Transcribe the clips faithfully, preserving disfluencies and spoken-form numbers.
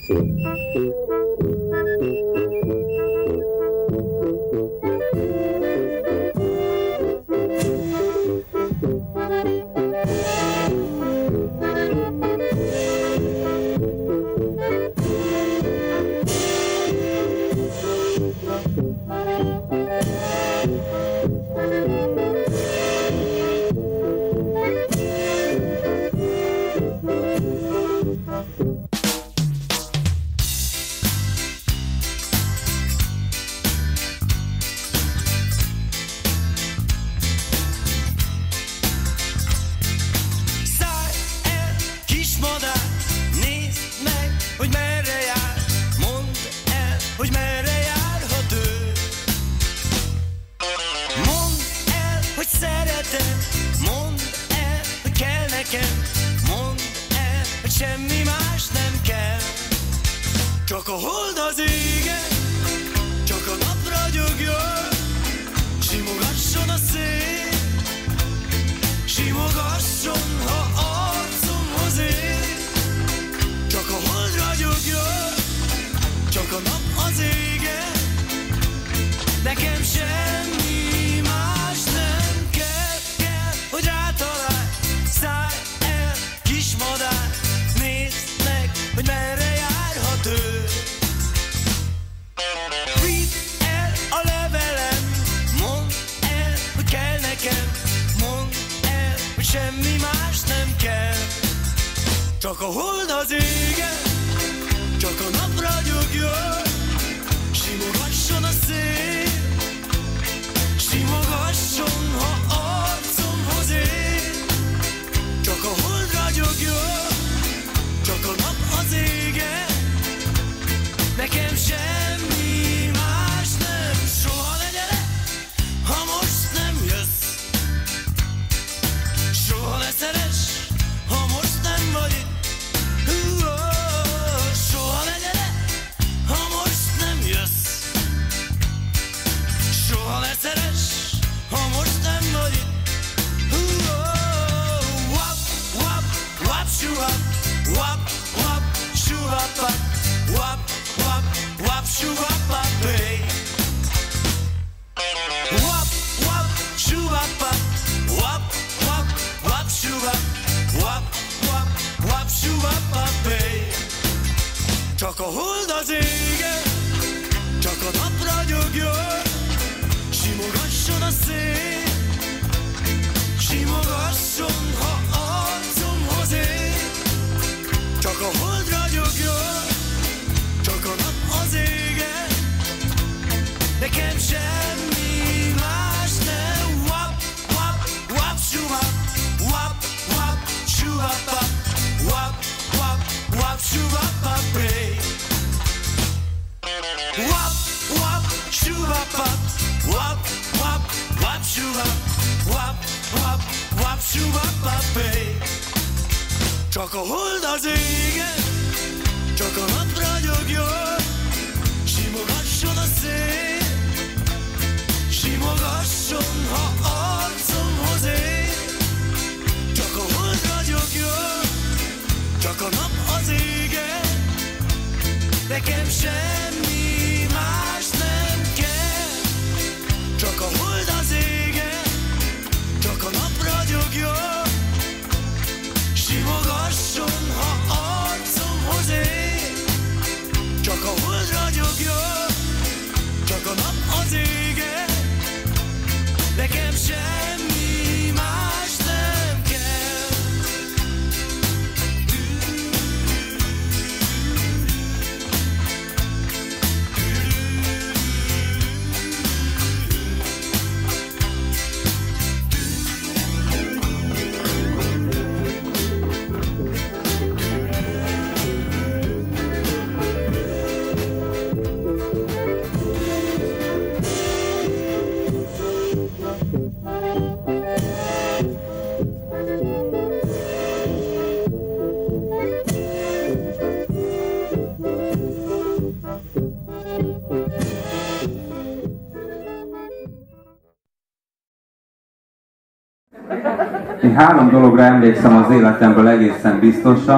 Én három dologra emlékszem az életemből egészen biztosan.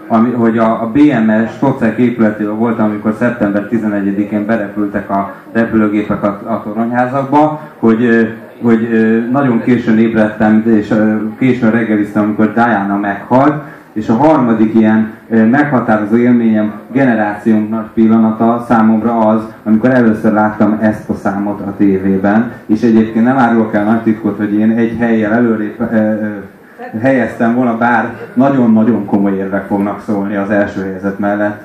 ami, hogy a, a bé em es Stocek épületével voltam, amikor szeptember tizenegyedikén berepültek a repülőgépek a, a toronyházakba, hogy, hogy nagyon későn ébredtem, és későn reggeliztem, amikor Diana meghalt, és a harmadik ilyen meghatározó élményem, generációnknak pillanata számomra az, amikor először láttam ezt a számot a tévében, és egyébként nem árulok el nagy titkot, hogy én egy hellyel előrébb helyeztem volna, bár nagyon-nagyon komoly érvek fognak szólni az első helyzet mellett.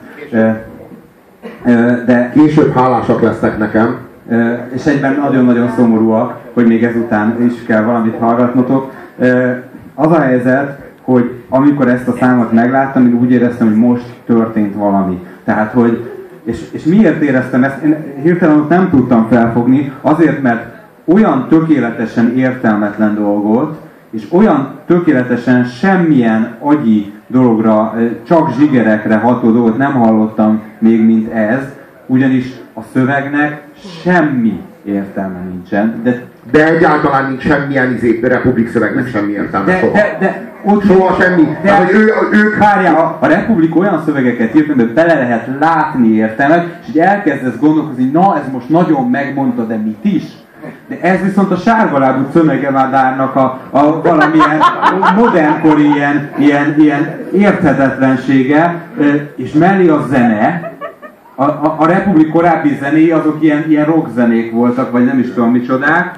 De később hálásak lesznek nekem. És egyben nagyon-nagyon szomorúak, hogy még ezután is kell valamit hallgatnotok. Az a helyzet, hogy amikor ezt a számot megláttam, én úgy éreztem, hogy most történt valami. Tehát, hogy, és, és miért éreztem ezt? Én hirtelen ott nem tudtam felfogni, azért, mert olyan tökéletesen értelmetlen dolgot, és olyan tökéletesen semmilyen agyi dologra, csak zsigerekre ható dolgot nem hallottam még, mint ez, ugyanis a szövegnek semmi értelme nincsen. De, de egyáltalán nincs semmilyen izé, Republik szövegnek semmi értelme de, soha. De, de, ott soha semmi. De, hát, hogy ő, ők... Várjál, a, a Republik olyan szövegeket írt, amiben bele lehet látni értelmet, és így elkezdesz gondolkozni, na ez most nagyon megmondta, de mit is? De ez viszont a sárgalábú Cömegevádárnak a, a valamilyen modernkori ilyen, ilyen, ilyen érthetetlensége, és mellé a zene. A, a, a Republik korábbi zenéi azok ilyen, ilyen rock zenék voltak, vagy nem is tudom micsodák.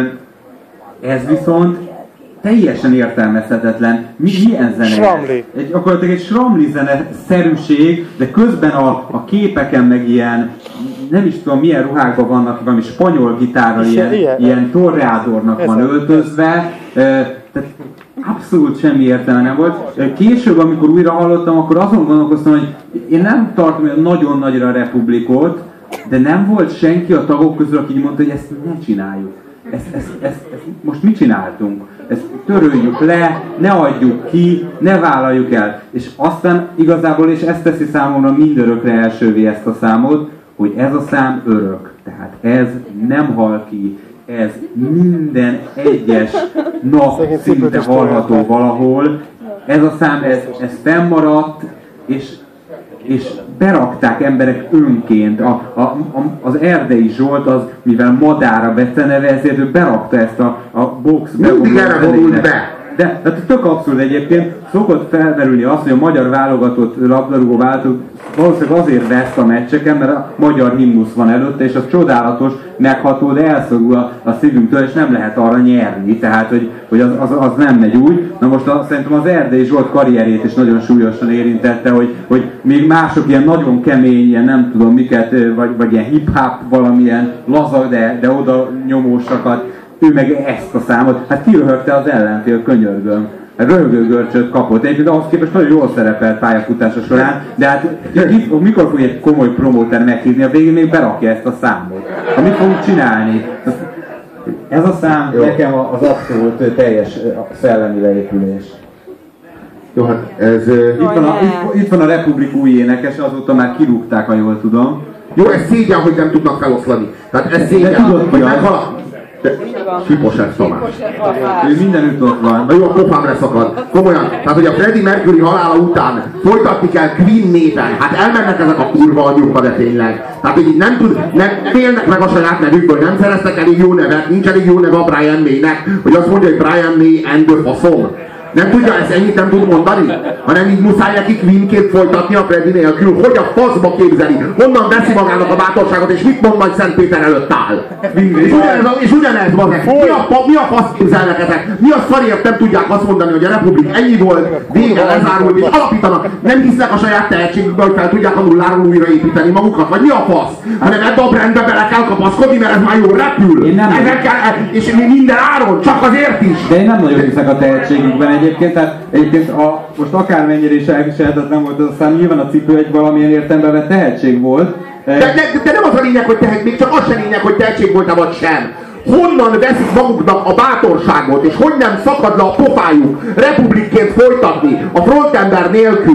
Ez viszont teljesen értelmezhetetlen. Mi, milyen zene? Sramli. Egy, gyakorlatilag egy sramli zene-szerűség, de közben a, a képeken meg ilyen, nem is tudom milyen ruhákban vannak, valami spanyol gitárral, ilyen, ilyen, ilyen torreadornak van öltözve. Tehát abszolút semmi értelme nem volt. Később, amikor újra hallottam, akkor azon gondolkoztam, hogy én nem tartom olyan nagyon nagyra a Republikot, de nem volt senki a tagok közül, aki így mondta, hogy ezt ne csináljuk. Ezt, ezt, ezt, ezt most mit csináltunk? Ezt töröljük le, ne adjuk ki, ne vállaljuk el. És aztán igazából, és ezt teszi számomra mindörökre elsővé ezt a számot, hogy ez a szám örök. Tehát ez nem hal ki. Ez minden egyes nap szinte hallható valahol. Ez a szám, ez, ez fennmaradt, és, és berakták emberek önként. A, a, a, az Erdei Zsolt, az, mivel Madára beceneve, ezért ő berakta ezt a, a box mindig erre vonult be. De hát tök abszurd egyébként, szokott felmerülni azt, hogy a magyar válogatott labdarúgó válogatott valószínűleg azért vesz a meccseken, mert a magyar himnusz van előtte, és az csodálatos, megható, de elszorul a, a szívünktől, és nem lehet arra nyerni, tehát hogy, hogy az, az, az nem megy úgy. Na most a, szerintem az Erdei Zsolt karrierét is nagyon súlyosan érintette, hogy, hogy még mások ilyen nagyon kemény, ilyen nem tudom miket, vagy, vagy ilyen hip-hop valamilyen laza, de, de oda nyomósakat, ő meg ezt a számot, hát kiröhögte az ellenfél, könyörgöm. Röhögőgörcsöt kapott. Egyébként ahhoz képest nagyon jól szerepelt pályafutása során, de hát itt, mikor fog egy komoly promóter meghívni, a végén még berakja ezt a számot. Amit fogunk csinálni? Ez a szám jó. Nekem az abszolút teljes szellemi leépülés. Jó, hát ez... Itt van a, itt, itt van a Republik új énekes, azóta már kirúgták, ha jól tudom. Jó, ez szégyen, hogy nem tudnak feloszlani. Tehát ez szégyen, hogy meghalak. Sipos ez, Tamás. Ő mindenütt ott van. Na jó, a pofám leszakad. Komolyan. Tehát, hogy a Freddie Mercury halála után folytatni kell Queen néven. Hát elmennek ezek a kurva anyuka, de tényleg. Tehát, hogy nem tud, nem félnek meg a saját nevükből, nem szereztek elég jó nevet, nincs elég jó neve a Brian May-nek, hogy azt mondja, hogy Brian May and the faszom. Nem tudja, ezt ennyit nem tud mondani? Hanem így muszáj neki Queenként folytatni a Freddie nélkül. Hogy a faszba képzeli? Honnan veszi magának a bátorságot, és mit mond majd Szentpéter előtt áll? És ugyanez, és ugyanez van. Mi a, mi a fasz képzelnek ezek? Mi a szarért nem tudják azt mondani, hogy a Republik ennyi volt, vége lezárult, és alapítanak. Nem hisznek a saját tehetségükbe, hogy fel tudják a nulláról újraépíteni magukat? Vagy mi a fasz? Hanem ebbe a brandbe bele kell kapaszkodni, mert ez már jól repül. Ezekkel, és minden áron, csak azért is. De én nem nagyon hiszek a tehetségükben. Egyébként, tehát egyébként a, most akármennyire is elviselhetetlen volt az a szám, nyilván a cipő egy valamilyen értelemben vett tehetség volt. De, de, de nem az a lényeg, hogy tehetség, még csak az sem lényeg, hogy tehetség volt-e vagy sem. Honnan veszik maguknak a bátorságot, és hogy nem szakad le a pofájuk republikként folytatni a frontember nélkül?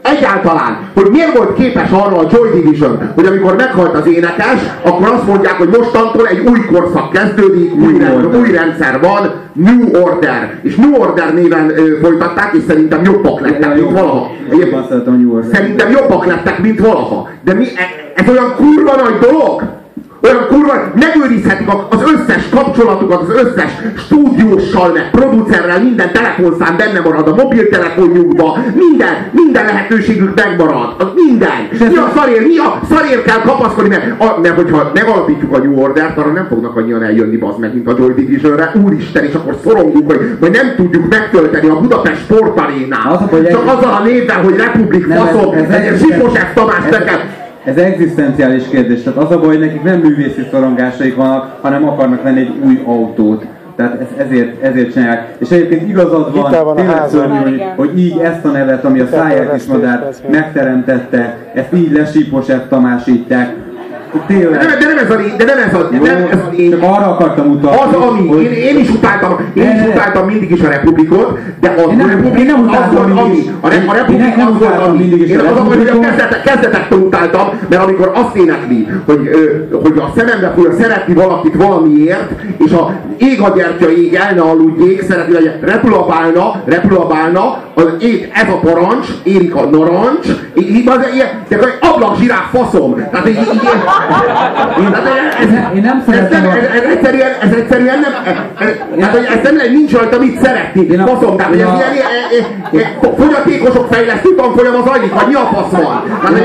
egyáltalán, hogy miért volt képes arra a Joy Division, hogy amikor meghalt az énekes, akkor azt mondják, hogy mostantól egy új korszak kezdődik, új, rend, új rendszer van, New Order. És New Order néven ö, folytatták, és szerintem jobbak lettek, mint valaha. Szerintem jobbak lettek, mint valaha. De mi, ez olyan kurva nagy dolog? Olyan kurva, megőrizhetik az összes kapcsolatukat, az összes stúdióssal, meg producerrel, minden telefonszám benne marad a mobiltelefonjukba, minden, minden lehetőségük megmarad, az minden. Mi a szarér, mi a szarér kell kapaszkodni, mert, a, mert hogyha megalapítjuk a New Ordert, arra nem fognak annyian eljönni, bazd meg, mint a Joy Divisionre, úristen, és akkor szorongunk, hogy majd nem tudjuk megtölteni a Budapest Sportarénát. Az, csak egy... azzal a névvel, hogy Republik faszom, egy Zsipos F. Tamás nekem. Ez egzisztenciális kérdés, tehát az a baj, hogy nekik nem művészi szorongásaik vannak, hanem akarnak venni egy új autót. Tehát ez, ezért, ezért csinálják. És egyébként igazad van, van tényleg szörnyű, hogy, hogy így ezt a nevet, ami a Szájer Kismadár megteremtette, ezt így lesípos F. Tamásítják. De nem, de nem ez a lény, de nem ez a, jó, nem ez a lény. Csak arra akartam utalni. Az, ami, hogy... én, én is utáltam, én is utáltam mindig is a Republikot, de az, én nem, Republik, én nem utáltam az volt, ami, a, a Republik az volt, ami, én az, hogy a kezdetek, kezdetektől utáltam, mert amikor azt énekli, hogy, hogy a szemembe fogja szeretni valakit valamiért, és a ég a gyertya ég, el ne aludjék, szeretni, hogy repülabálna, repülabálna, az ég, ez a parancs, érik a narancs, így az ilyen, de ablak zsiráf faszom. Tehát így, így, Én, ez, én nem szeretem ez, ez, ez egyszerűen, ez egyszerűen nem, ez, ez, ez nem lehet, nincs rajta mit szeretni. Faszom, tehát ez ilyen fogyatékosok fejlesztő tanfolyam az anyik, vagy mi a fasz van?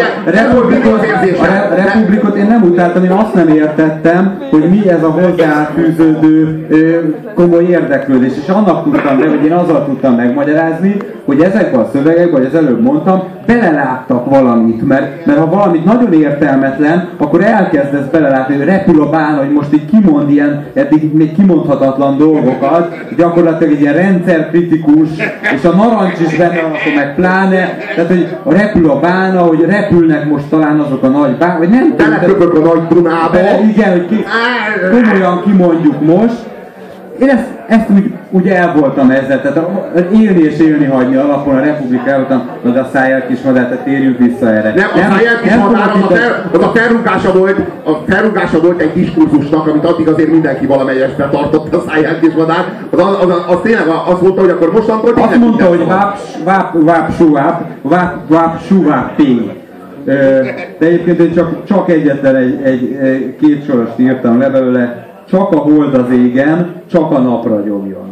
A Republikot én nem utáltam, én azt nem értettem, hogy mi ez a hozzáfűződő komoly érdeklődés. És annak tudtam meg, hogy én azzal tudtam megmagyarázni, hogy ezekben a szövegekben, hogy az előbb mondtam, beleláttak valamit, mert, mert ha valamit nagyon értelmetlen, akkor elkezdesz belelátni, hogy repül a bán, hogy most így kimond ilyen, eddig még kimondhatatlan dolgokat, gyakorlatilag egy ilyen rendszerkritikus, és a narancs is benne, akkor meg pláne, tehát hogy a repül a bána, hogy repülnek most talán azok a nagy bán, vagy nem tudom. Teleköpök a nagy Dunába. Igen, hogy ki, komolyan kimondjuk most. Én ezt, ezt úgy, úgy el voltam ezzel, tehát élni és élni hagyni alapon a Republik elvoltam, de a Szájer Kismadár, tehát térjünk vissza erre. Nem, a Szájer Kismadár az, fel, az a felrúgása volt, a felrúgása volt egy diskurzusnak, amit addig azért mindenki valamelyesben tartott a Szájer Kismadár. Az, az, az, az tényleg azt mondta, hogy akkor mostantól tényleg... Azt mondta, hogy váp, váp, váp, suváp, váp, váp, suváp, pény. De egyébként én csak, csak egyetlen egy, egy, egy két sorost írtam le belőle. Csak a hold az égen, csak a nap ragyogjon.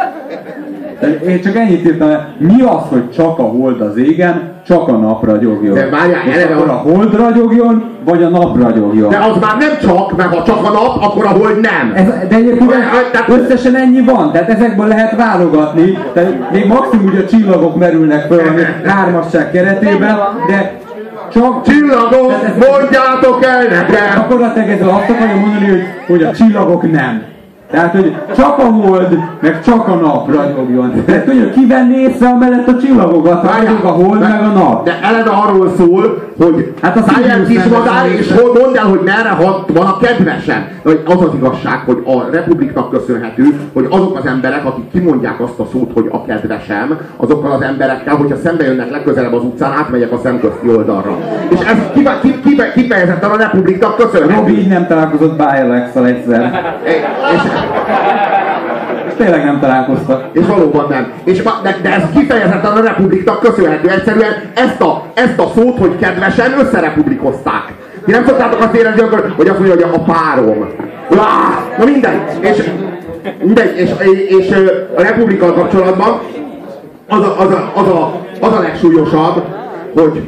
Én csak ennyit írtam, mi az, hogy csak a hold az égen, csak a nap ragyogjon? De várjál, és akkor a hold ragyogjon, vagy a nap ragyogjon? De az már nem csak, mert ha csak a nap, akkor a hold nem. Ez, de egyébként összesen ennyi van, tehát ezekből lehet válogatni. Tehát még maximum ugye a csillagok merülnek föl a hármasság keretében, de csak csillagok, mondjátok el nekem! Gyakorlatilag ezzel azt akarja mondani, hogy, hogy a csillagok nem. Tehát, hogy csak a hold, meg csak a nap ragyogjon. Tehát tudja, ki venné észre amellett a csillagokat, ragyog a hold, meg a nap. De eleve arról szól, hogy hát a Szájer Kismadár, és mondd el, hogy merre van a kedvesen. Az az igazság, hogy a Republiknak köszönhető, hogy azok az emberek, akik kimondják azt a szót, hogy a kedvesem, azokkal az emberekkel, hogyha szembe jönnek legközelebb az utcán, átmegyek a szemközti oldalra. És ez kifejezetten a Republiknak köszönhető. Robi így nem találkozott Bialex-szal egyszer. És, és tényleg nem találkoztak. És valóban nem. És, de, de ez kifejezetten a Republiknak köszönhető. Egyszerűen ezt a, ezt a szót, hogy kedvesen, összerepublikozták. Ti nem szoktátok azt érezni, hogy azt mondja, hogy a párom. Lá, na mindegy. És, mindegy. És, és a Republikkal kapcsolatban az a, az, a, az, a, az a legsúlyosabb, hogy...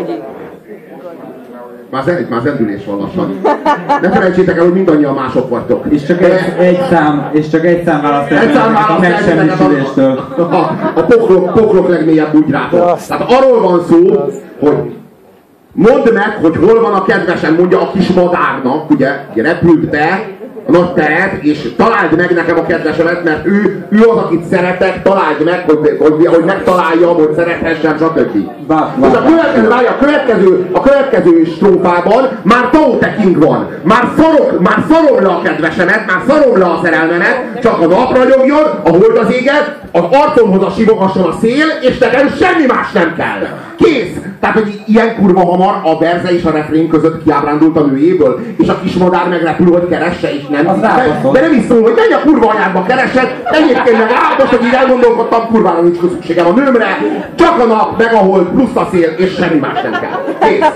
Már, zen, már zendülés van lassan. Ne felejtsétek el, hogy mindannyian mások vagytok. És csak egy, egy szám, és csak egy szám választ egy szám választ megsemmisüléstől. A, a, a poklok, poklok legmélyebb bugyrától. Tehát arról van szó, hogy mondd meg, hogy hol van a kedvesen, mondja a kis madárnak, ugye, repült be a nagy teret, és találd meg nekem a kedvesemet, mert ő, ő az, akit szeretek, találd meg, hogy, hogy, hogy megtaláljam, hogy szerethessem, stb. És a következő, várja, a következő, a következő strófában már Tao Te King van. Már szarok, már szarom le a kedvesemet, már szarom le a szerelmemet, csak a nap ragyogjon, a hold az éget, az arcomhoz a simogasson a szél, és nekem semmi más nem kell. Kész! Tehát, hogy ilyen kurva hamar a verze és a refrén között kiábrándult a nőjéből, és a kismadár megrepül, hogy keresse, és nem. De, de nem is szól, hogy menj a kurva anyádba keresed, egyébként meg áll, most, hogy így elgondolkodtam, kurvára nincs szükségem a nőmre, csak a nap, meg a hold, plusz a szél, és semmi más nem kell. Kész!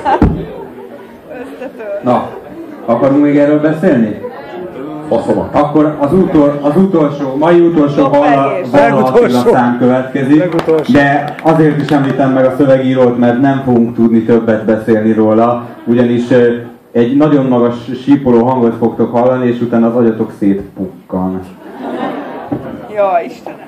Na, akarunk még erről beszélni? Faszomat. Akkor az, utol, az utolsó, mai utolsó szám következik, de azért is említem meg a szövegírót, mert nem fogunk tudni többet beszélni róla, ugyanis egy nagyon magas sípoló hangot fogtok hallani, és utána az agyatok szétpukkan. Jó, Istenem!